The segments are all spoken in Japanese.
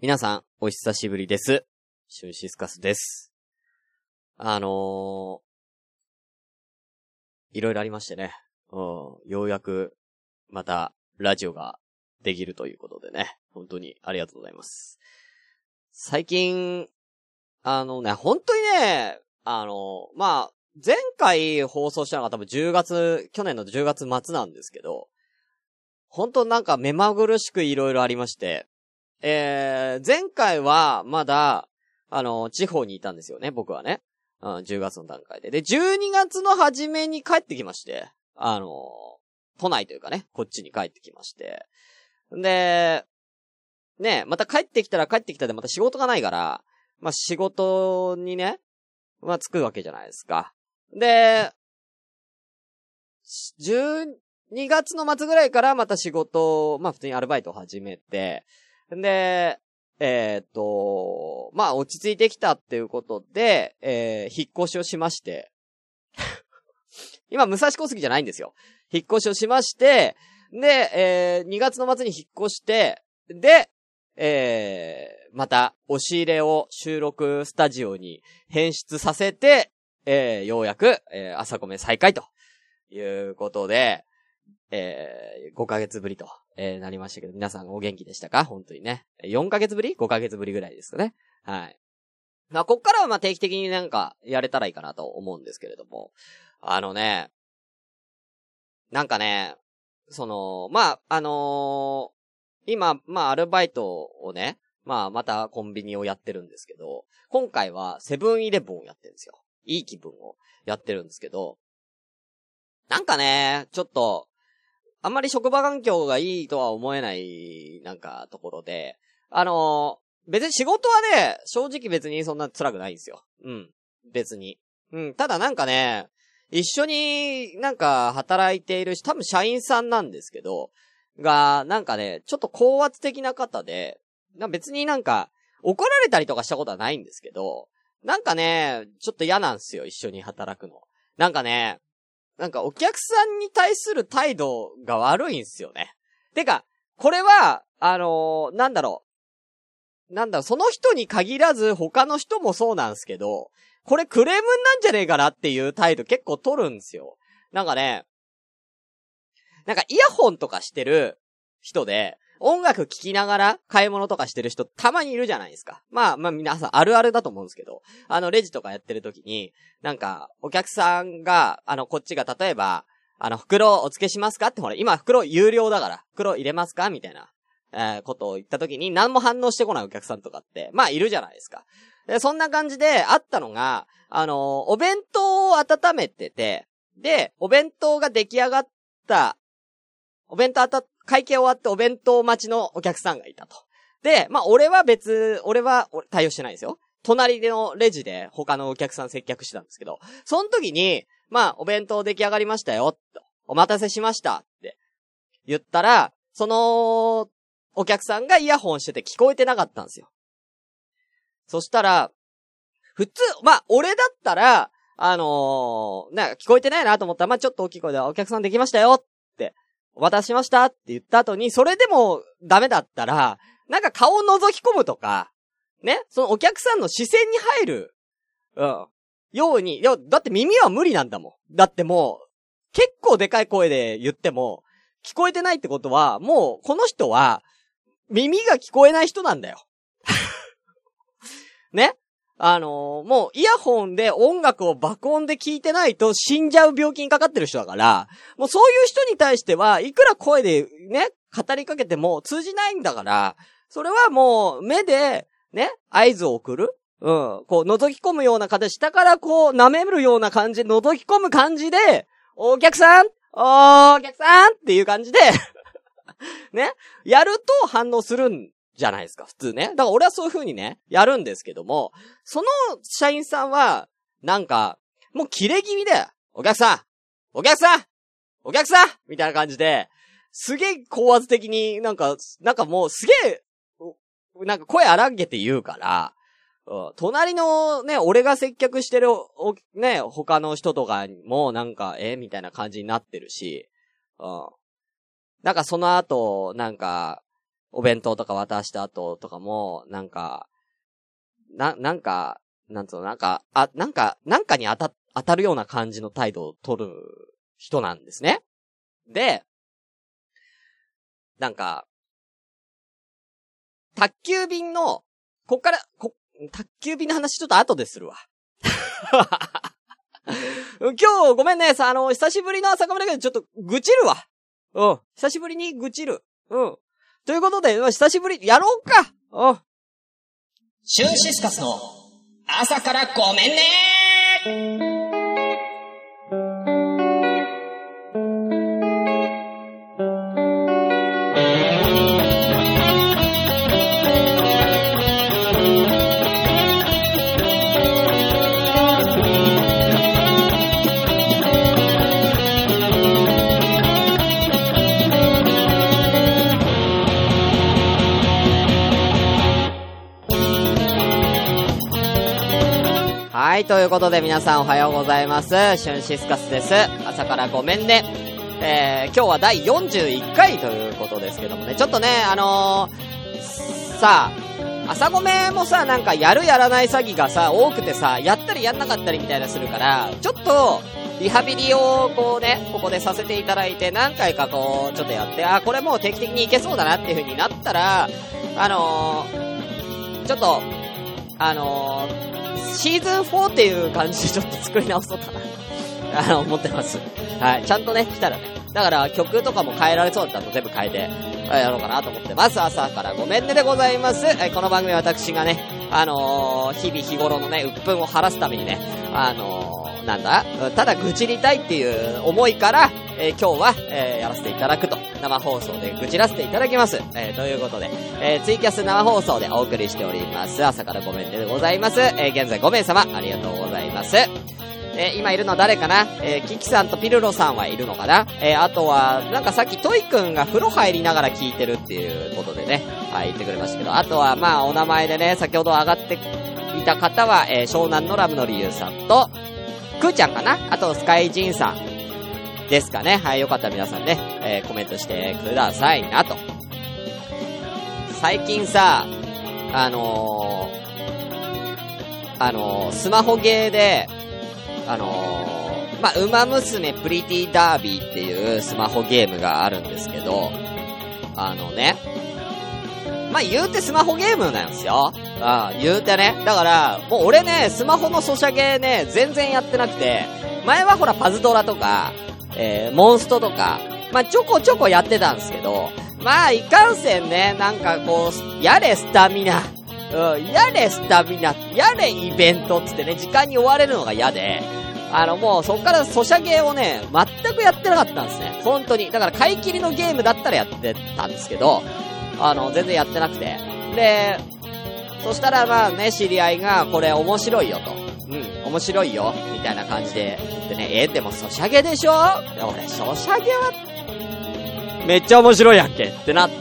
皆さん、お久しぶりです。シュンシスカスです。いろいろありましてね。ようやく、また、ラジオができるということでね。本当にありがとうございます。最近、本当にね、前回放送したのが多分去年の10月末なんですけど、本当なんか目まぐるしくいろいろありまして、前回はまだ、地方にいたんですよね、僕はね。10月の段階で。で、12月の初めに帰ってきまして、都内というかね、こっちに帰ってきまして。で、ね、また帰ってきたでまた仕事がないから、仕事にね、つくわけじゃないですか。で、12月の末ぐらいからまた仕事、普通にアルバイトを始めて、で、落ち着いてきたっていうことで、引っ越しをしまして。今、武蔵小杉じゃないんですよ。引っ越しをしまして、で、2月の末に引っ越して、で、また、押し入れを収録スタジオに編出させて、ようやく、朝ごめ再開ということで、5ヶ月ぶりと、なりましたけど、皆さんお元気でしたか？本当にね。4ヶ月ぶり ?5 ヶ月ぶりぐらいですかね。はい。こっからは定期的になんかやれたらいいかなと思うんですけれども。なんかね、今、アルバイトをね、またコンビニをやってるんですけど、今回はセブンイレブンをやってるんですよ。いい気分をやってるんですけど、なんかね、ちょっと、あんまり職場環境がいいとは思えない、ところで、別に仕事はね、正直別にそんな辛くないんですよ。うん。別に。うん。ただなんかね、一緒に働いているし、多分社員さんなんですけど、が、ちょっと高圧的な方で、別に怒られたりとかしたことはないんですけど、ちょっと嫌なんですよ、一緒に働くの。お客さんに対する態度が悪いんですよね。てか、これは、その人に限らず他の人もそうなんですけど、これクレームなんじゃねえかなっていう態度結構取るんですよ。イヤホンとかしてる人で、音楽聴きながら買い物とかしてる人たまにいるじゃないですか。皆さんあるあるだと思うんですけど、レジとかやってる時に、お客さんが、こっちが例えば、袋お付けしますかって、ほら、今袋有料だから、袋入れますかみたいな、ことを言った時に何も反応してこないお客さんとかって、いるじゃないですか。で、そんな感じであったのが、お弁当を温めてて、で、お弁当が出来上がった、会計終わってお弁当待ちのお客さんがいたと。で、俺は対応してないですよ。隣のレジで他のお客さん接客してたんですけど、その時に、お弁当出来上がりましたよ、と。お待たせしました、って言ったら、その、お客さんがイヤホンしてて聞こえてなかったんですよ。そしたら、普通、俺だったら、聞こえてないなと思ったら、ちょっと大きい声でお客さんできましたよ、お待たせしましたって言った後に、それでもダメだったら、顔を覗き込むとか、ね、そのお客さんの視線に入る、ように、だって耳は無理なんだもん。だってもう、結構でかい声で言っても、聞こえてないってことは、もう、この人は、耳が聞こえない人なんだよ。ね？もうイヤホンで音楽を爆音で聞いてないと死んじゃう病気にかかってる人だから、もうそういう人に対してはいくら声でね、語りかけても通じないんだから、それはもう目でね、合図を送る？こう覗き込むような形、下からこう舐めるような感じで覗き込む感じで、お客さんっていう感じで、ね、やると反応するんじゃないですか、普通ね。だから俺はそういう風にね、やるんですけども、その社員さんは、もう切れ気味で、お客さんみたいな感じで、すげえ高圧的にもうすげえ、声荒げて言うから、隣のね、俺が接客してるね、他の人とかもみたいな感じになってるし、その後、 お弁当とか渡した後とかも、なんかに当たるような感じの態度を取る人なんですね。で、なんか、宅急便の、宅急便の話ちょっと後でするわ。今日ごめんね、久しぶりの朝ごめんだけどちょっと愚痴るわ。久しぶりに愚痴る。ということで、久しぶり、やろうか。 シュンシスカスの朝からごめんね。 はい、ということで皆さんおはようございます。シュンシスカスです。朝からごめんね。今日は第41回ということですけどもね、ちょっとね、さあ、朝ごめもさ、なんかやるやらない詐欺がさ、多くてさ、やったりやんなかったりみたいなするから、ちょっと、リハビリをこうね、ここでさせていただいて、何回かこう、ちょっとやって、これもう定期的にいけそうだなっていう風になったら、ちょっと、シーズン4っていう感じでちょっと作り直そうかな。思ってます。はい。ちゃんとね、来たらね。だから曲とかも変えられそうだったの全部変えて、やろうかなと思ってます。朝からごめんねでございます。この番組は私がね、日頃のね、鬱憤を晴らすためにね、ただ愚痴りたいっていう思いから、今日は、やらせていただくと。生放送で愚痴らせていただきます。ということで、ツイキャス生放送でお送りしております。朝からごめんねでございます。現在5名様、ありがとうございます。今いるの誰かな？キキさんとピルロさんはいるのかな？あとは、なんかさっきトイくんが風呂入りながら聞いてるっていうことでね、はい、言ってくれましたけど、あとは、まあ、お名前でね、先ほど上がっていた方は、湘南のラムの理由さんと、くーちゃんかな？あと、スカイジンさんですかね。はい、よかったら皆さんね、コメントしてくださいなと。最近さ、スマホゲーで、ウマ娘プリティダービーっていうスマホゲームがあるんですけど、言うてスマホゲームなんですよ。言うてね。だから、もう俺ね、スマホのソシャゲね、全然やってなくて、前はほらパズドラとか、モンストとか、ちょこちょこやってたんですけど、いかんせんね、なんかこう、やれスタミナ、やれスタミナ、やれイベントっつってね、時間に追われるのが嫌で、もうそっからソシャゲをね、全くやってなかったんですね。本当に。だから買い切りのゲームだったらやってたんですけど、全然やってなくて。で、そしたら知り合いが、これ面白いよと。面白いよ。みたいな感じで言ってね、でもソシャゲでしょ？俺、ソシャゲは、めっちゃ面白いやんけってなって、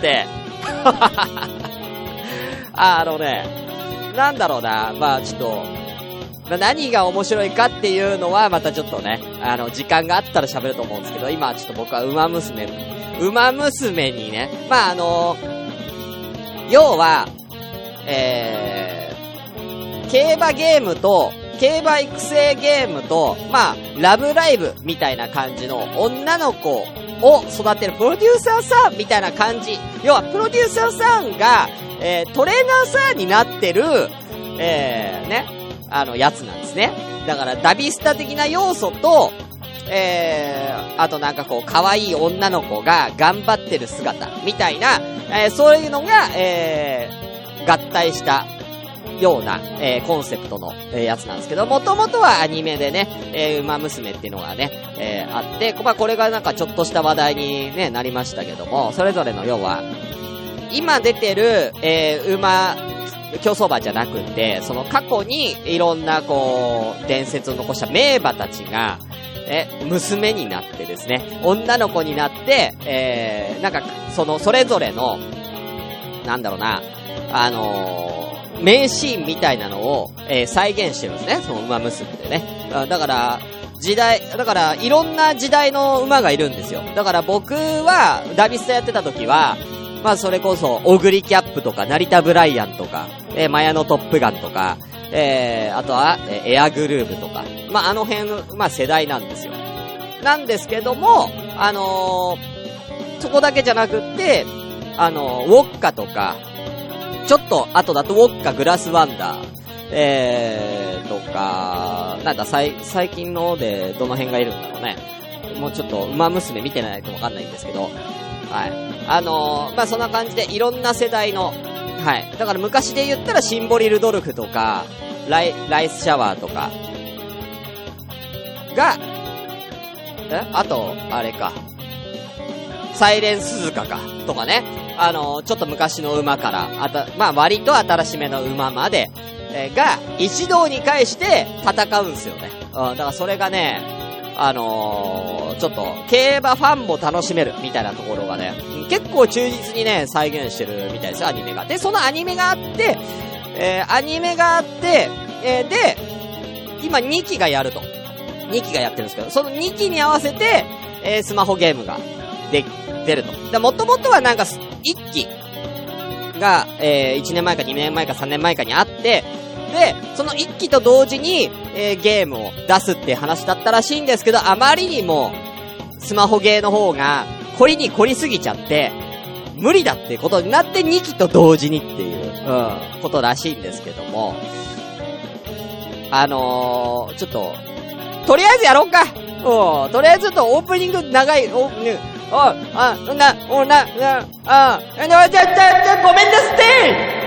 なんだろうな、ちょっと、何が面白いかっていうのはまたちょっとね、時間があったら喋ると思うんですけど、今はちょっと僕はウマ娘にね、要は、競馬ゲームと、競馬育成ゲームと、ラブライブみたいな感じの女の子を育てるプロデューサーさんみたいな感じ。要は、プロデューサーさんが、トレーナーさんになってる、やつなんですね。だから、ダビスタ的な要素と、あとなんかこう、可愛い女の子が頑張ってる姿みたいな、そういうのが、合体したような、コンセプトの、やつなんですけど、もともとはアニメでね、ウマ娘っていうのがね、あって、これがなんかちょっとした話題に、ね、なりましたけども、それぞれの要は、今出てる、馬、競走馬じゃなくて、その過去にいろんなこう、伝説を残した名馬たちが、娘になってですね、女の子になって、なんか、それぞれの、なんだろうな、名シーンみたいなのを、再現してるんですね、その馬娘でね。だから、いろんな時代の馬がいるんですよ。だから僕は、ダビスタやってた時は、 まあそれこそ、オグリキャップとか、成田ブライアンとか、マヤのトップガンとか、あとは、エアグルーヴとか、まああの辺の、まあ世代なんですよ。なんですけども、そこだけじゃなくって、ウォッカとか、ちょっと後だとウォッカグラスワンダー、とか、なんか最近のでどの辺がいるんだろうね。もうちょっと馬娘見てないとわかんないんですけど、はい。まあ、そんな感じでいろんな世代の、はい。だから昔で言ったらシンボリルドルフとか、ライスシャワーとか、が、あと、あれか。サイレンスズカか。とかね。ちょっと昔の馬から、まあ、割と新しめの馬まで、が、一堂に会して戦うんすよね。だからそれがね、ちょっと、競馬ファンも楽しめる、みたいなところがね、結構忠実にね、再現してるみたいですよ、アニメが。で、そのアニメがあって、で、今2期がやると。2期がやってるんですけど、その2期に合わせて、スマホゲームが出ると。もともとはなんか1期が、1年前か2年前か3年前かにあって、で、その1期と同時に、ゲームを出すって話だったらしいんですけど、あまりにもスマホゲーの方が凝りに凝りすぎちゃって、無理だってことになって2期と同時にっていう、ことらしいんですけども、ちょっと、とりあえずやろうか。とりあえずちょっとオープニング長い、ごめんなすって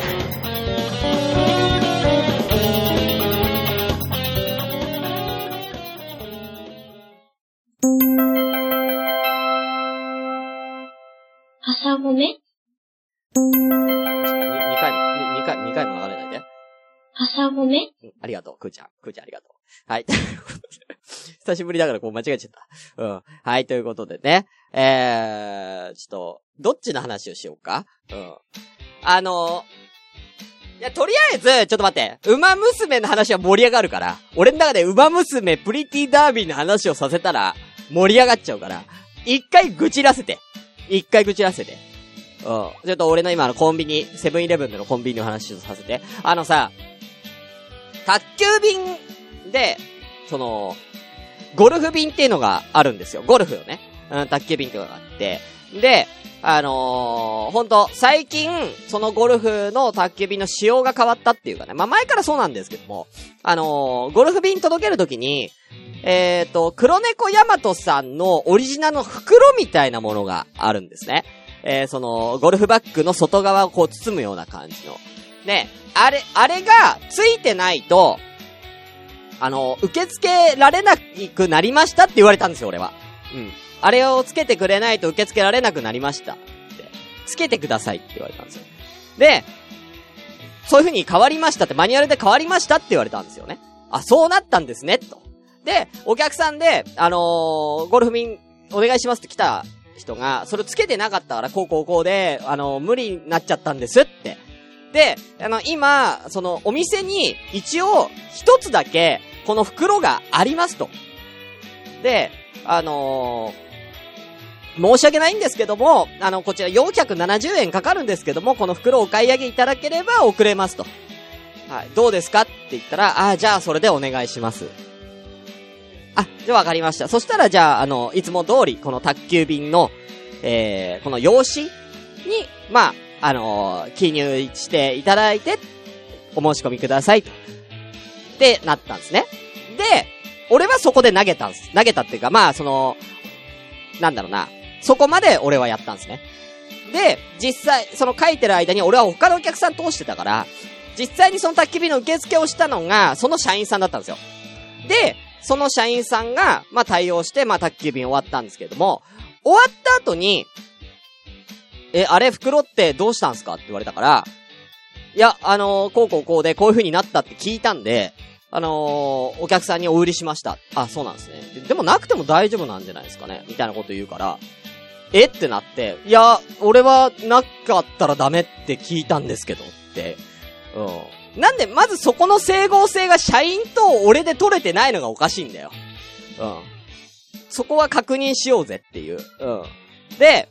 朝ごめ 2回も流れないで。 朝ごめありがとう、くーちゃんありがとう。はい。久しぶりだからこう間違えちゃった。はい、ということでね。ちょっと、どっちの話をしようか。いや、とりあえず、ちょっと待って。馬娘の話は盛り上がるから。俺の中で馬娘プリティダービーの話をさせたら、盛り上がっちゃうから。一回愚痴らせて。ちょっと俺の今のコンビニ、セブンイレブンでのコンビニの話をさせて。さ、宅急便で、ゴルフ便っていうのがあるんですよ。ゴルフよね。宅急便っていうのがあって。で、ほんと、最近、そのゴルフの宅急便の仕様が変わったっていうかね。まあ、前からそうなんですけども、ゴルフ便届けるときに、黒猫ヤマトさんのオリジナルの袋みたいなものがあるんですね。ゴルフバッグの外側をこう包むような感じの。ね、あれがついてないと、受け付けられなくなりましたって言われたんですよ、俺は。あれをつけてくれないと受け付けられなくなりましたって。つけてくださいって言われたんですよ。で、そういう風に変わりましたって、マニュアルで変わりましたって言われたんですよね。あ、そうなったんですね、と。で、お客さんで、ゴルフ便お願いしますって来た人が、それをつけてなかったから、こうで、無理になっちゃったんですって。で、今、お店に一応、一つだけ、この袋がありますと。で、申し訳ないんですけども、こちら470円かかるんですけども、この袋をお買い上げいただければ送れますと。はい。どうですかって言ったら、じゃあそれでお願いします。じゃあわかりました。そしたらじゃあ、いつも通り、この宅急便の、この用紙に、まあ、記入していただいて、お申し込みください。ってなったんですね。で、俺はそこで投げたっていうか、まあ、なんだろうな。そこまで俺はやったんですね。で、実際、書いてる間に俺は他のお客さん通してたから、実際にその宅急便の受付をしたのが、その社員さんだったんですよ。で、その社員さんが、まあ、対応して、まあ、宅急便終わったんですけれども、終わった後に、あれ、袋ってどうしたんすかって言われたから、いや、こうで、こういう風になったって聞いたんで、お客さんにお売りしました。あ、そうなんですね。でもなくても大丈夫なんじゃないですかねみたいなこと言うから、ってなって、いや、俺はなかったらダメって聞いたんですけどって、なんで、まずそこの整合性が社員と俺で取れてないのがおかしいんだよ。そこは確認しようぜっていう。で、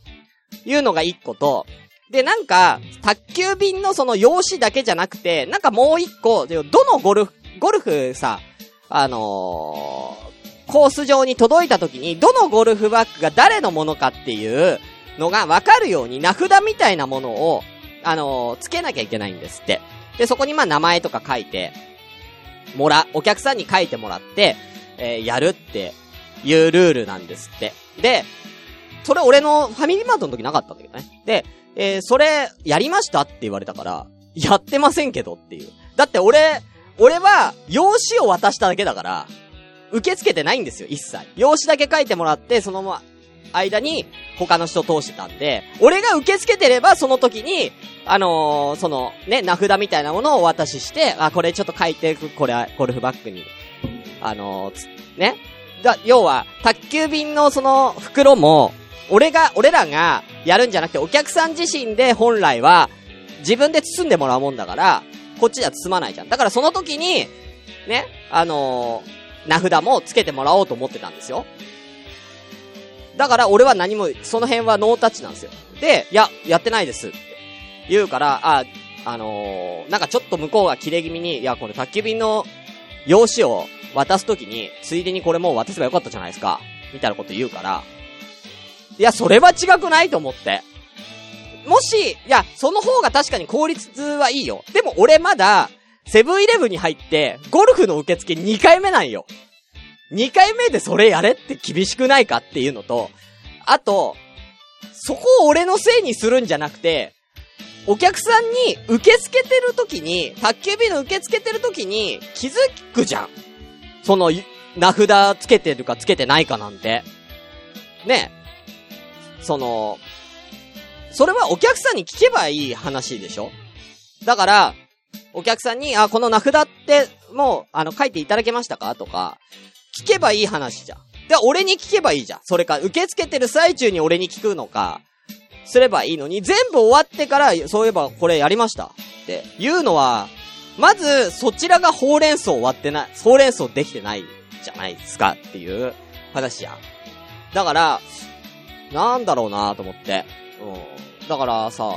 いうのが一個と、で、なんか、宅急便のその用紙だけじゃなくて、なんかもう一個、どのゴルフさ、コース上に届いた時に、どのゴルフバッグが誰のものかっていうのが分かるように名札みたいなものを、つけなきゃいけないんですって。で、そこにまあ名前とか書いて、お客さんに書いてもらって、やるっていうルールなんですって。で、それ俺のファミリーマートの時なかったんだけどね。で、それ、やりましたって言われたから、やってませんけどっていう。だって俺は、用紙を渡しただけだから、受け付けてないんですよ、一切。用紙だけ書いてもらって、その間に、他の人通してたんで、俺が受け付けてれば、その時に、ね、名札みたいなものをお渡しして、これちょっと書いて、これ、ゴルフバッグに。ね。要は、宅急便のその袋も、俺らがやるんじゃなくて、お客さん自身で本来は、自分で包んでもらうもんだから、こっちじゃ包まないじゃん。だからその時に、ね、名札もつけてもらおうと思ってたんですよ。だから俺は何も、その辺はノータッチなんですよ。で、やってないですって言うから、なんかちょっと向こうが切れ気味に、これ宅急便の用紙を渡すときに、ついでにこれもう渡せばよかったじゃないですか。みたいなこと言うから、それは違くないと思って。もし、その方が確かに効率はいいよ。でも俺まだ、セブンイレブンに入って、ゴルフの受付2回目なんよ。2回目でそれやれって厳しくないかっていうのと、あと、そこを俺のせいにするんじゃなくて、お客さんに受け付けてる時に、宅急便の受け付けてる時に気づくじゃん。その、名札つけてるかつけてないかなんて。ね。それはお客さんに聞けばいい話でしょ？だから、お客さんに、この名札って、もう、書いていただけましたかとか、聞けばいい話じゃん。で、俺に聞けばいいじゃん。それか、受け付けてる最中に俺に聞くのか、すればいいのに、全部終わってから、そういえばこれやりましたっていうのは、まず、そちらがほうれん草終わってない、ほうれん草できてないじゃないですかっていう話じゃん。だから、なんだろうなと思って。だからさ、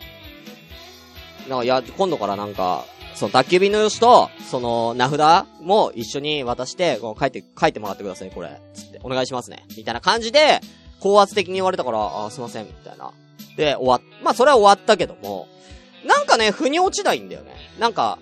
今度からなんか、その宅急便の用紙と、その名札も一緒に渡して、書いてもらってください、これ。つって、お願いしますね。みたいな感じで、高圧的に言われたから、すいません、みたいな。で、まあ、それは終わったけども、なんかね、腑に落ちないんだよね。なんか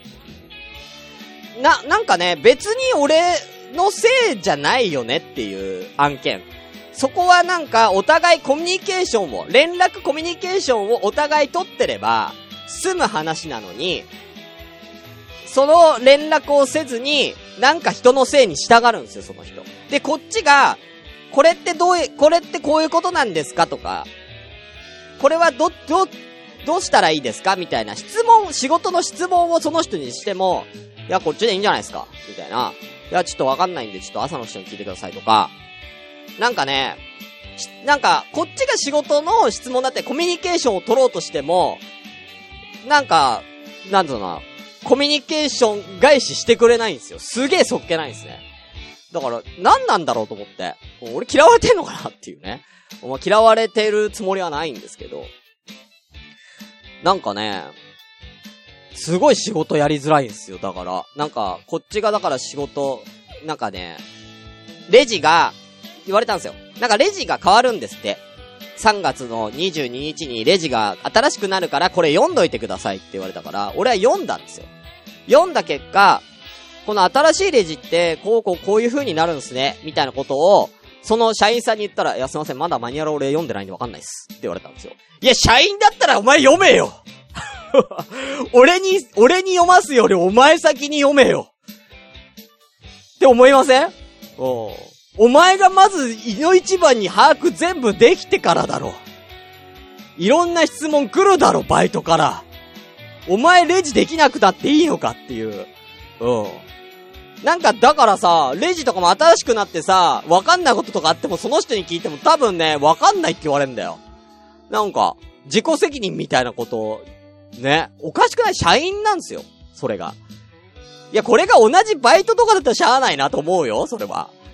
ね、別に俺のせいじゃないよねっていう案件。そこはなんか、お互いコミュニケーションを、連絡コミュニケーションをお互い取ってれば、済む話なのに、その連絡をせずに、なんか人のせいに従うんですよ、その人。で、こっちが、これってこういうことなんですかとか、これはどうしたらいいですかみたいな仕事の質問をその人にしても、こっちでいいんじゃないですかみたいな。ちょっとわかんないんで、ちょっと朝の人に聞いてくださいとか、なんかね、こっちが仕事の質問だってコミュニケーションを取ろうとしても、なんだろうな、コミュニケーション返ししてくれないんですよ。すげえそっけないんですね。だから、何なんだろうと思って。俺嫌われてんのかなっていうね。嫌われてるつもりはないんですけど。なんかね、すごい仕事やりづらいんですよ。だから、なんか、こっちがだから仕事、なんかね、レジが、言われたんですよ。なんかレジが変わるんですって。3月の22日にレジが新しくなるからこれ読んどいてくださいって言われたから、俺は読んだんですよ。読んだ結果、この新しいレジってこういう風になるんですね、みたいなことを、その社員さんに言ったら、すいません、まだマニュアル俺読んでないんでわかんないっすって言われたんですよ。社員だったらお前読めよ俺に読ますよりお前先に読めよって思いません？お前がまずいの一番に把握全部できてからだろ。いろんな質問来るだろ、バイトから。お前レジできなくなっていいのかっていう。なんかだからさ、レジとかも新しくなってさ、わかんないこととかあってもその人に聞いても多分ね、わかんないって言われるんだよ。なんか、自己責任みたいなことを、ね、おかしくない？社員なんですよ。それが。これが同じバイトとかだったらしゃあないなと思うよ、それは。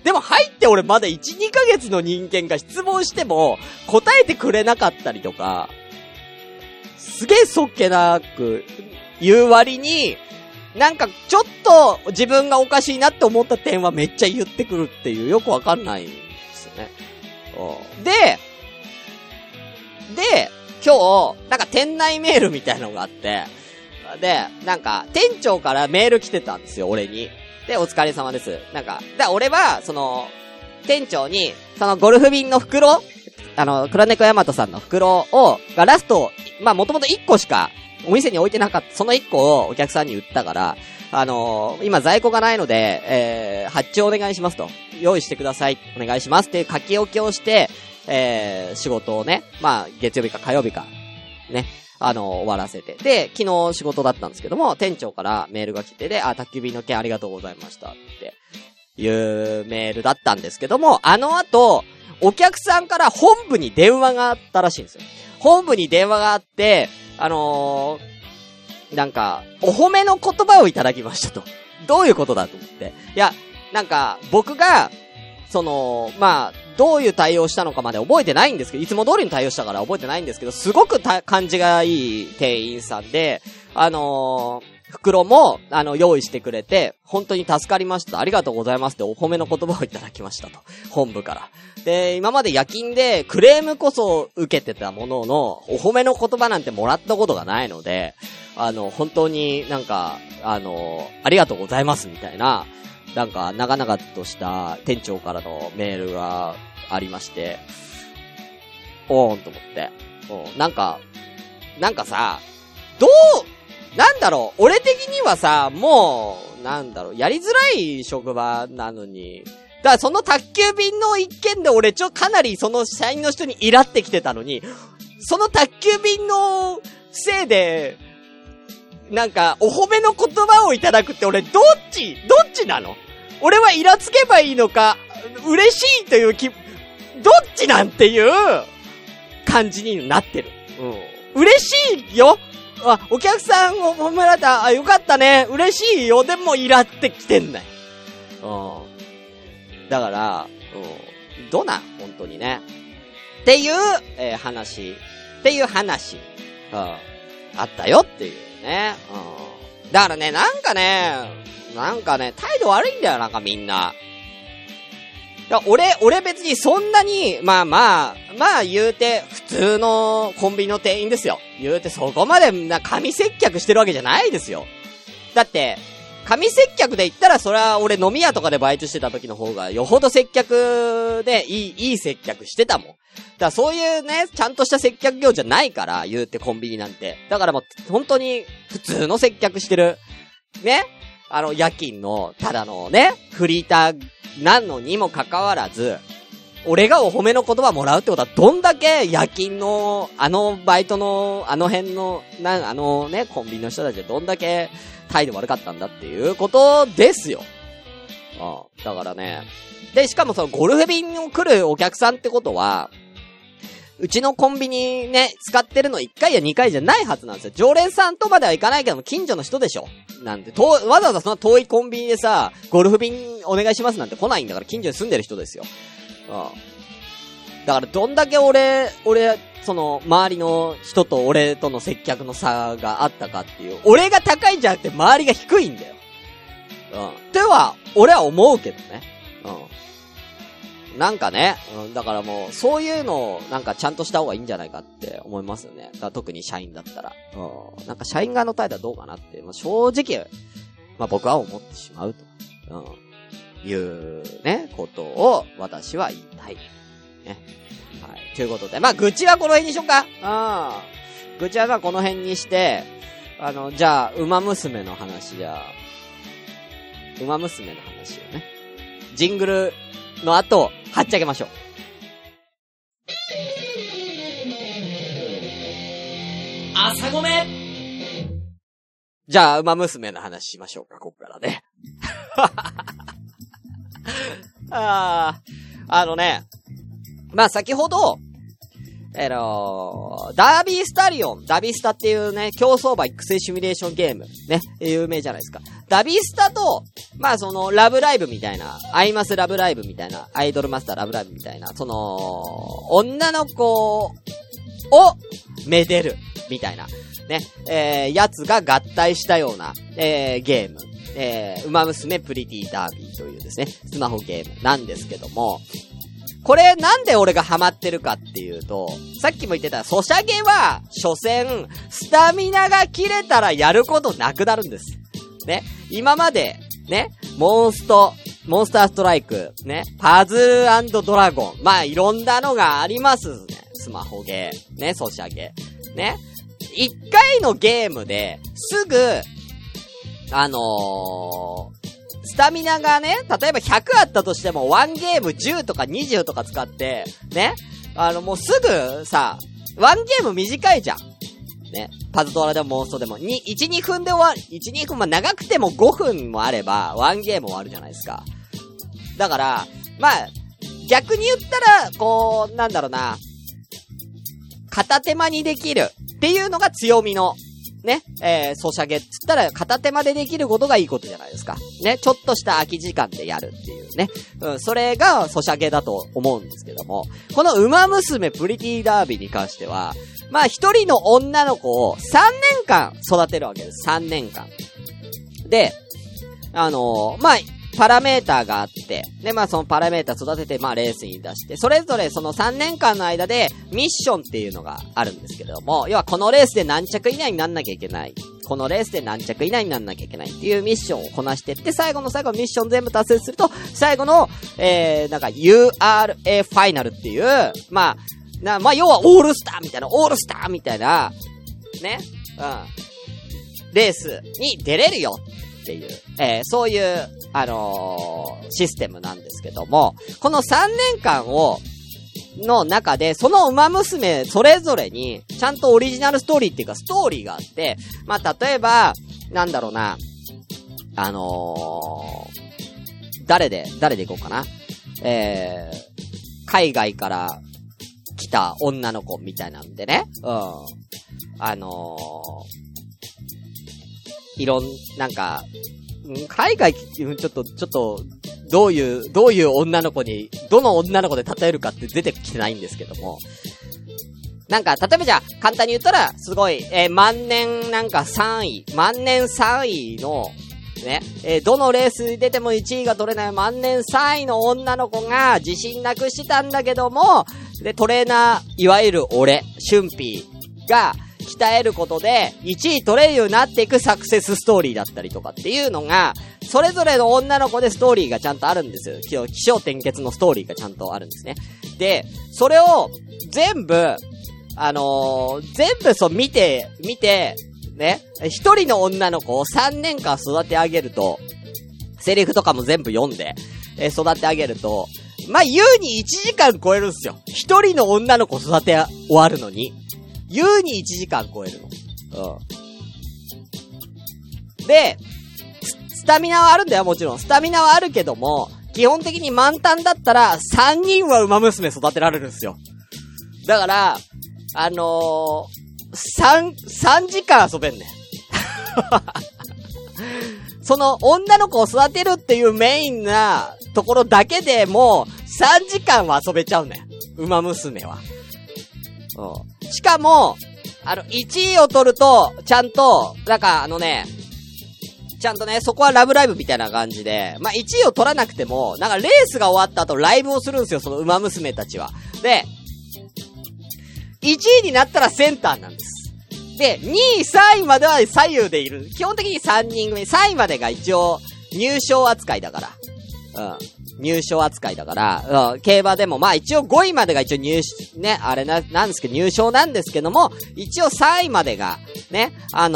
でも入って俺まだ1、2ヶ月の人間が質問しても答えてくれなかったりとか、すげえそっけなく言う割に、なんかちょっと自分がおかしいなって思った点はめっちゃ言ってくるっていう、よくわかんないんですよね。で、今日、なんか店内メールみたいなのがあって、で、なんか店長からメール来てたんですよ、俺に。で、お疲れ様です。なんか、俺は、店長に、ゴルフ便の袋、黒猫ヤマトさんの袋がラスト、まあ、もともと1個しか、お店に置いてなかった、その1個をお客さんに売ったから、今在庫がないので、発注お願いしますと。用意してください。お願いしますっていう書き置きをして、仕事をね、まあ、月曜日か火曜日か、ね、終わらせて。で、昨日仕事だったんですけども、店長からメールが来てで、宅急便の件ありがとうございましたっていうメールだったんですけども、後、お客さんから本部に電話があったらしいんですよ。本部に電話があって、なんか、お褒めの言葉をいただきましたと。どういうことだと思って。いや、なんか、僕が、まあ、どういう対応したのかまで覚えてないんですけど、いつも通りの対応したから覚えてないんですけど、すごく感じがいい店員さんで、袋も、用意してくれて、本当に助かりました。ありがとうございますってお褒めの言葉をいただきましたと。本部から。で、今まで夜勤でクレームこそ受けてたものの、お褒めの言葉なんてもらったことがないので、本当になんか、ありがとうございますみたいな、なんか、長々とした店長からのメールがありまして、おーんと思って。なんかさ、なんだろう、俺的にはさ、もう、やりづらい職場なのに、だからその宅急便の一件で俺かなりその社員の人にイラってきてたのに、その宅急便のせいで、なんか、お褒めの言葉をいただくって俺どっちなの？俺はイラつけばいいのか、嬉しいというどっちなんていう感じになってる。嬉しいよ。お客さんを褒められた。よかったね。嬉しいよ。でもイラってきてんだよ。だから、どな、本当にね。っていう、話。あったよっていうね。だからね、なんかね、態度悪いんだよ、なんかみんな。だ俺別にそんなに、まあ言うて、普通のコンビニの店員ですよ。言うてそこまで神接客してるわけじゃないですよ。だって、神接客で言ったらそれは俺飲み屋とかでバイトしてた時の方がよほど接客でいい接客してたもん。だからそういうね、ちゃんとした接客業じゃないから、言うてコンビニなんて。だからもう本当に普通の接客してる。ね。夜勤の、ただのね、フリーターなのにもかかわらず、俺がお褒めの言葉もらうってことは、どんだけ夜勤の、バイトの、辺の、ね、コンビニの人たちでどんだけ態度悪かったんだっていうことですよ。だからね。で、しかもそのゴルフ便を来るお客さんってことは、うちのコンビニね、使ってるの1回や2回じゃないはずなんですよ。常連さんとまではいかないけども、近所の人でしょ。なんて、わざわざそんな遠いコンビニでさ、ゴルフ便お願いしますなんて来ないんだから、近所に住んでる人ですよ。だからどんだけ俺、周りの人と俺との接客の差があったかっていう。俺が高いんじゃなくて周りが低いんだよ。っては、俺は思うけどね。なんかね、だからもう、そういうのを、なんかちゃんとした方がいいんじゃないかって思いますよね。だから特に社員だったら。なんか社員側の態度はどうかなって、正直、僕は思ってしまうと。いうね、ことを、私は言いたい。ね。はい。ということで、愚痴はこの辺にしようか。愚痴はこの辺にして、じゃあ、馬娘の話馬娘の話をね。ジングルの後、はっちゃけましょう。 朝ごめ。 じゃあ、馬娘の話しましょうか、ここからね。先ほど、ダービースタっていうね、競走馬育成シミュレーションゲーム、ね、有名じゃないですか。 ダビスタと、まあその、ラブライブみたいな、アイマスラブライブみたいな、アイドルマスターラブライブみたいな、その、女の子を、めでる、みたいな、ね、やつが合体したような、ゲーム。ウマ娘プリティダービーというですね、スマホゲームなんですけども、これなんで俺がハマってるかっていうと、さっきも言ってたソシャゲは、所詮、スタミナが切れたらやることなくなるんです。ね。今まで、ね、モンスターストライク、ね、パズル&ドラゴン、まあいろんなのがありますね。スマホゲー、ね、ソシャゲ。ね。一回のゲームで、すぐ、スタミナがね、例えば100あったとしても、1ゲーム10とか20とか使って、ね、もうすぐさ、1ゲーム短いじゃん。ね、パズドラでもモンストでも、1、2分で終わる、1、2分、まあ、長くても5分もあれば、1ゲーム終わるじゃないですか。だから、まあ、逆に言ったら、こう、なんだろうな、片手間にできるっていうのが強みの、ね、ソシャゲって言ったら片手間でできることがいいことじゃないですか。ね、ちょっとした空き時間でやるっていうね。それがソシャゲだと思うんですけども、このウマ娘プリティダービーに関しては、まあ一人の女の子を3年間育てるわけです。3年間。で、まあ、パラメーターがあって、で、まあそのパラメーター育てて、まあレースに出して、それぞれその3年間の間でミッションっていうのがあるんですけれども、要はこのレースで何着以内になんなきゃいけない。このレースで何着以内になんなきゃいけないっていうミッションをこなしてって、最後のミッション全部達成すると、最後の、なんか URA ファイナルっていう、まあ要はオールスターみたいな、ね、レースに出れるよっていう、そういう、システムなんですけども、この3年間の中で、そのウマ娘それぞれに、ちゃんとオリジナルストーリーっていうか、ストーリーがあって、まあ、例えば、なんだろうな、誰でいこうかな。海外から来た女の子みたいなんでね、なんか、海外、ちょっと、どういう女の子に、どの女の子で例えるかって出てきてないんですけども。なんか、例えばじゃあ、簡単に言ったら、すごい、万年3位の、ね、どのレースに出ても1位が取れない万年3位の女の子が自信なくしてたんだけども、で、トレーナー、いわゆる俺、シュンピーが、鍛えることで1位取れるようになっていくサクセスストーリーだったりとかっていうのが、それぞれの女の子でストーリーがちゃんとあるんですよ。起承転結のストーリーがちゃんとあるんですね。で、それを全部そう見て、ね、一人の女の子を3年間育て上げると、セリフとかも全部読んで、育て上げると、まあ、優に1時間超えるんですよ。一人の女の子育て終わるのに。優に1時間超えるの。で、スタミナはあるんだよ、もちろん。スタミナはあるけども、基本的に満タンだったら、3人はウマ娘育てられるんですよ。だから、3時間遊べんね。その女の子を育てるっていうメインなところだけでもう3時間は遊べちゃうね。ウマ娘は。しかも、1位を取ると、ちゃんと、なんかちゃんとね、そこはラブライブみたいな感じで、まあ、1位を取らなくても、なんかレースが終わった後ライブをするんですよ、そのウマ娘たちは。で、1位になったらセンターなんです。で、2位、3位までは左右でいる。基本的に3人組、3位までが一応入賞扱いだから。入賞扱いだから、競馬でも、まあ一応5位までが一応なんですけど、入賞なんですけども、一応3位までが、ね、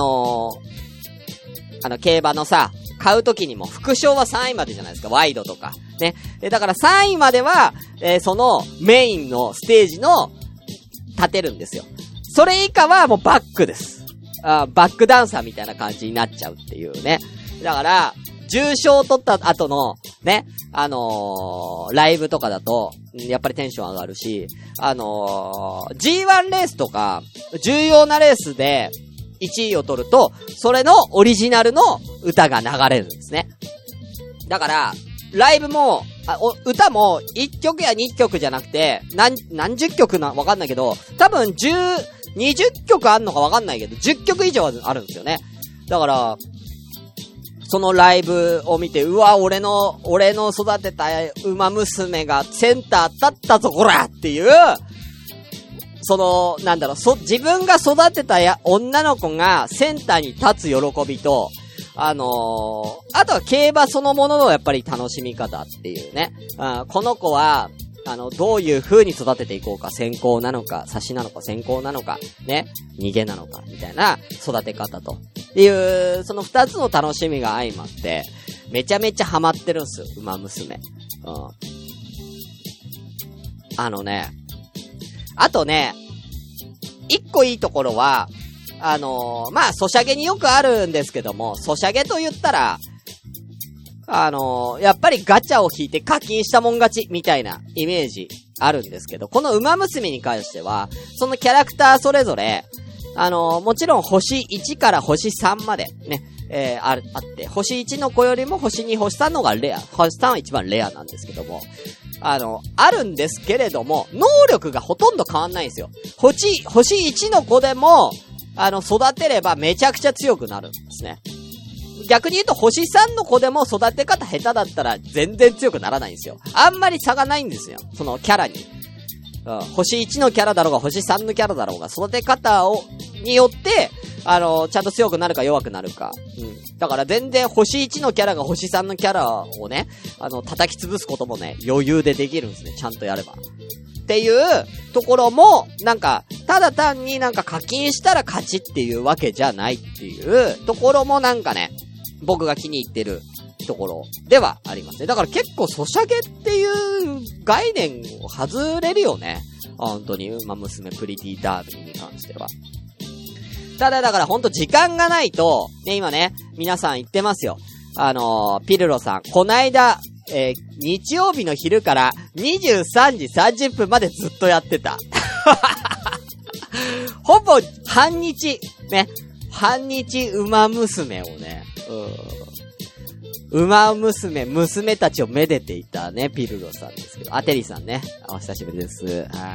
競馬のさ、買うときにも、副賞は3位までじゃないですか、ワイドとか。ね。だから3位までは、そのメインのステージの、立てるんですよ。それ以下はもうバックです。バックダンサーみたいな感じになっちゃうっていうね。だから、重賞を取った後の、ね、ライブとかだと、やっぱりテンション上がるし、G1 レースとか、重要なレースで、 1位を取ると、それのオリジナルの歌が流れるんですね。だから、ライブも、歌も1曲や2曲じゃなくて、何十曲わかんないけど、多分20曲あんのかわかんないけど、10曲以上あるんですよね。だから、そのライブを見て、うわ、俺の育てた馬娘がセンター立ったぞ、こらっていう、自分が育てた女の子がセンターに立つ喜びと、あとは競馬そのもののやっぱり楽しみ方っていうね。この子は、どういう風に育てていこうか、先行なのか、差しなのか、先行なのか、ね、逃げなのか、みたいな育て方と。っていう、その二つの楽しみが相まって、めちゃめちゃハマってるんですよ、馬娘。あとね、一個いいところは、ソシャゲによくあるんですけども、ソシャゲと言ったら、やっぱりガチャを引いて課金したもん勝ちみたいなイメージあるんですけど、この馬娘に関しては、そのキャラクターそれぞれ、もちろん星1から星3までね、あって、星1の子よりも星2、星3の方がレア、星3は一番レアなんですけども、あるんですけれども、能力がほとんど変わんないんですよ。星1の子でも、育てればめちゃくちゃ強くなるんですね。逆に言うと星3の子でも育て方下手だったら全然強くならないんですよ。あんまり差がないんですよ。そのキャラに。星1のキャラだろうが星3のキャラだろうが育て方によって、ちゃんと強くなるか弱くなるか。だから全然星1のキャラが星3のキャラをね、叩き潰すこともね、余裕でできるんですね。ちゃんとやれば。っていうところも、ただ単に課金したら勝ちっていうわけじゃないっていうところも僕が気に入ってるところではありますね。だから結構ソシャゲっていう概念を外れるよね。本当に馬娘プリティダービーに関しては。ただだから本当時間がないと、ね、今ね、皆さん言ってますよ。ピルロさん、こないだ、日曜日の昼から23時30分までずっとやってた。ほぼ半日、ね、半日馬娘をね、馬娘、娘たちをめでていたね、ピルロさんですけど、テリーさんね、お久しぶりです。はい。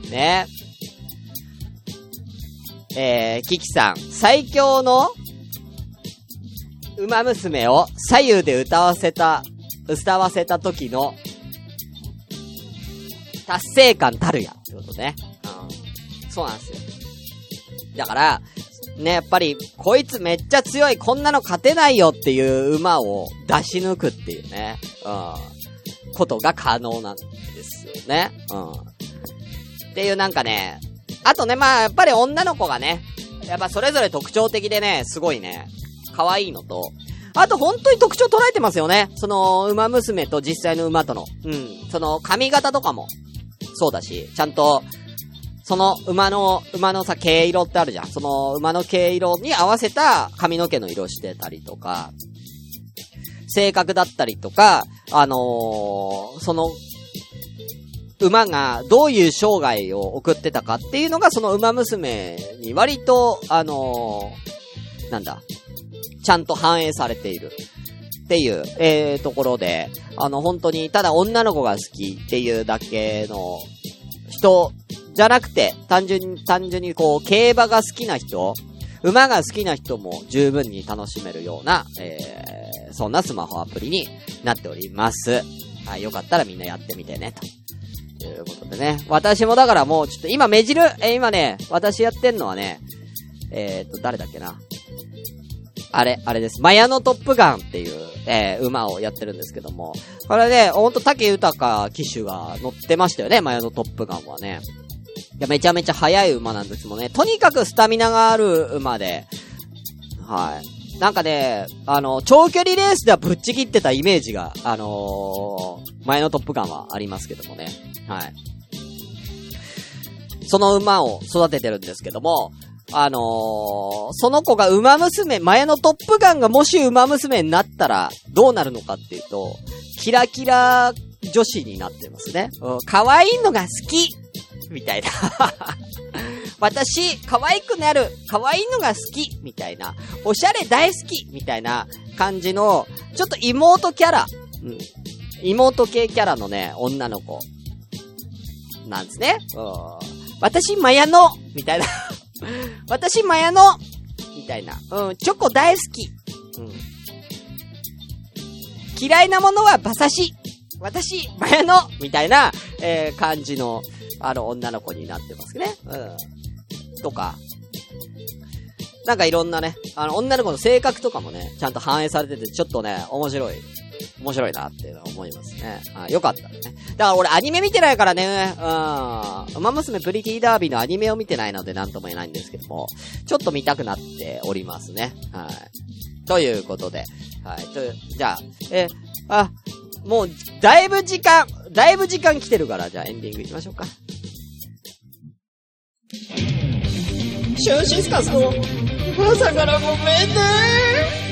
ね。キキさん、最強の馬娘を左右で歌わせた時の達成感たるやってことね。そうなんですよ。だからね、やっぱりこいつめっちゃ強い、こんなの勝てないよっていう馬を出し抜くっていうね、ことが可能なんですよね。っていうね、あとね、やっぱり女の子がね、やっぱそれぞれ特徴的でね、すごいね、可愛いのと、あと本当に特徴捉えてますよね。その馬娘と実際の馬との、その髪型とかもそうだし、ちゃんとその馬のさ、毛色ってあるじゃん。その馬の毛色に合わせた髪の毛の色をしてたりとか、性格だったりとか、その馬がどういう生涯を送ってたかっていうのがその馬娘に割とちゃんと反映されているっていう、ところで、本当にただ女の子が好きっていうだけの人じゃなくて、単純にこう競馬が好きな人、馬が好きな人も十分に楽しめるような、そんなスマホアプリになっております。はい、よかったらみんなやってみてねということでね。私もだからもうちょっと今今ね、私やってんのはね、誰だっけな。あれです。マヤノトップガンっていう、馬をやってるんですけども。これね、ほんと武豊騎手が乗ってましたよね、マヤノトップガンはね。いや、めちゃめちゃ速い馬なんですもんね。とにかくスタミナがある馬で、はい。ね、長距離レースではぶっちぎってたイメージが、前のトップガンはありますけどもね。はい。その馬を育ててるんですけども、その子が馬娘、前のトップガンがもし馬娘になったらどうなるのかっていうと、キラキラ女子になってますね。可愛いのが好きみたいな。私、可愛くなる、可愛いのが好きみたいな。おしゃれ大好きみたいな感じの、ちょっと妹キャラ。妹系キャラのね、女の子。なんですね。私、マヤノみたいな。私、マヤノみたいな。チョコ大好き。嫌いなものは馬刺し。私、マヤノみたいな、感じの、女の子になってますね。とか。なんかいろんなね、女の子の性格とかもね、ちゃんと反映されてて、ちょっとね、面白いなって思いますね。よかったね。だから俺アニメ見てないからね、ウマ娘プリティダービーのアニメを見てないのでなんとも言えないんですけども、ちょっと見たくなっておりますね。はい。ということで、はい。じゃあ、もう、だいぶ時間来てるから、じゃあエンディングいきましょうか。 シュンシスカスの朝からごめんね。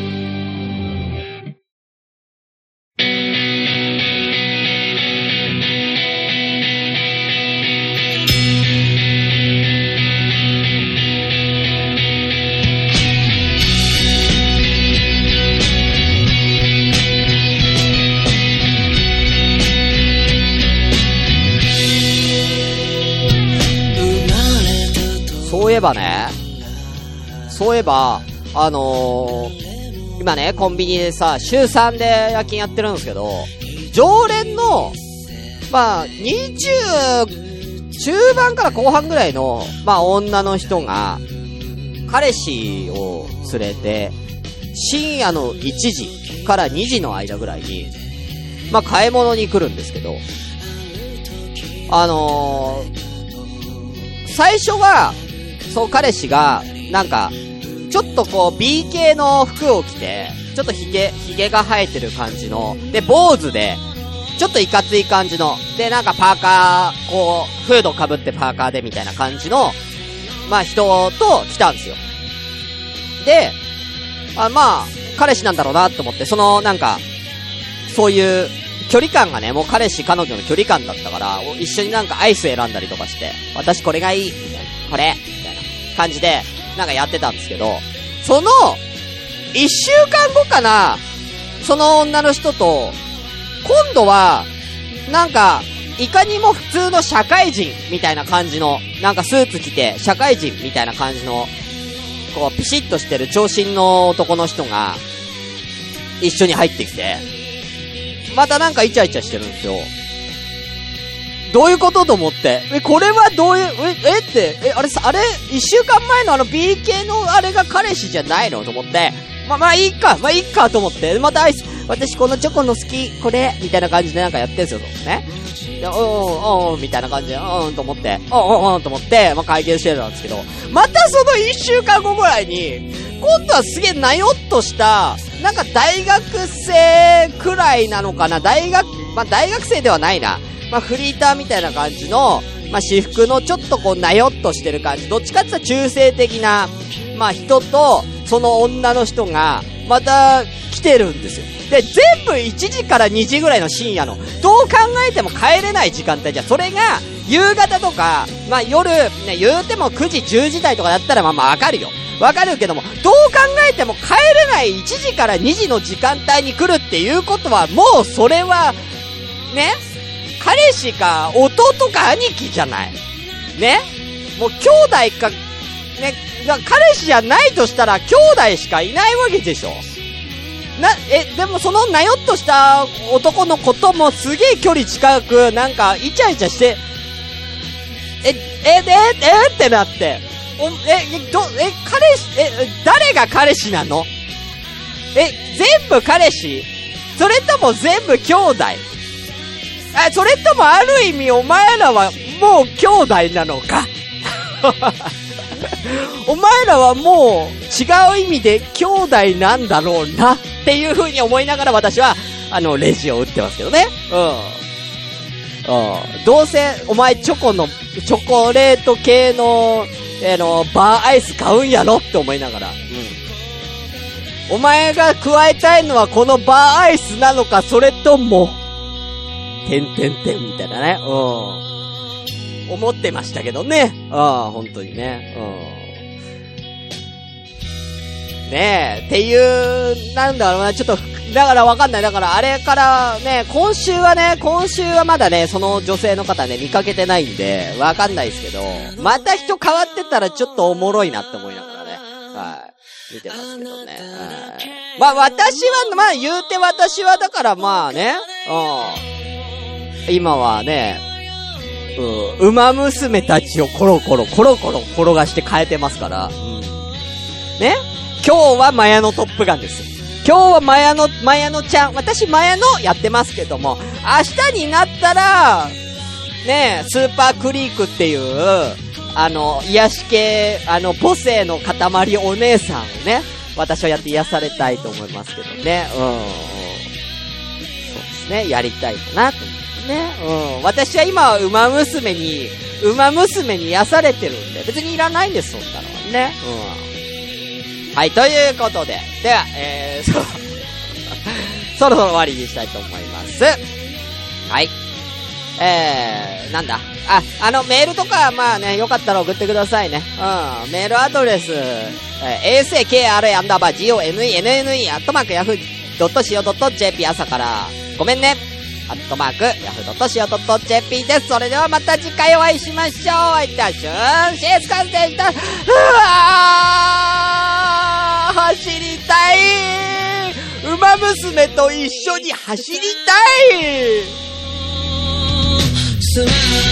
そういえば、今ね、コンビニでさ、週3で夜勤やってるんですけど、常連の、20、中盤から後半ぐらいの、女の人が、彼氏を連れて、深夜の1時から2時の間ぐらいに、買い物に来るんですけど、最初は、そう、彼氏が、なんか、ちょっとこう、B 系の服を着て、ちょっとヒゲが生えてる感じの、で、坊主で、ちょっといかつい感じの、で、なんかパーカー、こう、フード被ってパーカーでみたいな感じの、人と来たんですよ。で、彼氏なんだろうなと思って、なんか、そういう、距離感がね、もう彼氏、彼女の距離感だったから、一緒になんかアイス選んだりとかして、私これがいい、みたいな、これ、みたいな感じで、なんかやってたんですけど、その、1週間後かな、その女の人と、今度は、なんか、いかにも普通の社会人、みたいな感じの、なんかスーツ着て、社会人、みたいな感じの、こう、ピシッとしてる長身の男の人が、一緒に入ってきて、またなんかイチャイチャしてるんですよ。どういうことと思って。これはどういう、あれ、一週間前のB 系のあれが彼氏じゃないのと思って。いいかと思って。またアイス、私このチョコの好き、これ、みたいな感じでなんかやってんすよ、ね。みたいな感じで、と思って、と思って、会計してたんですけど、またその一週間後ぐらいに、今度はすげえなよっとした、なんか大学生くらいなのかな、大学生ではないな。フリーターみたいな感じの、私服のちょっとこうなよっとしてる感じ、どっちかって言ったら中性的な、人と、その女の人が、また来てるんですよ。で、全部1時から2時ぐらいの深夜の、どう考えても帰れない時間帯じゃん。それが、夕方とか、夜、ね、言うても9時、10時台とかだったらわかるよ。わかるけども、どう考えても帰れない1時から2時の時間帯に来るっていうことは、もうそれは、ね、彼氏か弟か兄貴じゃない。ね、もう兄弟か、ね、彼氏じゃないとしたら兄弟しかいないわけでしょ。でもそのなよっとした男の子ともすげえ距離近く、なんかイチャイチャして、ってなって、彼氏、誰が彼氏なの？全部彼氏？それとも全部兄弟？それともある意味お前らはもう兄弟なのか？お前らはもう違う意味で兄弟なんだろうなっていう風に思いながら私はレジを打ってますけどね。どうせお前チョコレート系のバーアイス買うんやろって思いながら、お前が加えたいのはこのバーアイスなのか、それともみたいなね。 思ってましたけどね。本当にね。ねえ、っていう、なんだろうな、ちょっと、だからわかんない。だからあれからね、今週はまだね、その女性の方ね、見かけてないんで、わかんないですけど、また人変わってたらちょっとおもろいなって思いながらね。はい。見てますけどね。まあ私は、まあ言うて私はだからまあね、今はね、馬娘たちをコロコロ転がして変えてますから。ね？今日はマヤのトップガンです。今日はマヤのちゃん、私マヤのやってますけども、明日になったら、ね、スーパークリークっていう、癒し系、母性の塊お姉さんをね、私はやって癒されたいと思いますけどね。そうですね、やりたいかなと思ってね。私は今は馬娘に癒されてるんで、別にいらないんです、そんなのはね。はい、ということで。では、そろそろ終わりにしたいと思います。はい。なんだ。メールとか、まあね、よかったら送ってくださいね。メールアドレス、asakra_gonenne@yahoo.co.jp 朝からごめんね。@yahoo.co.jp です。それではまた次回お会いしましょう。いったしゅん、シエスカンでした。走りたい。馬娘と一緒に走りたい。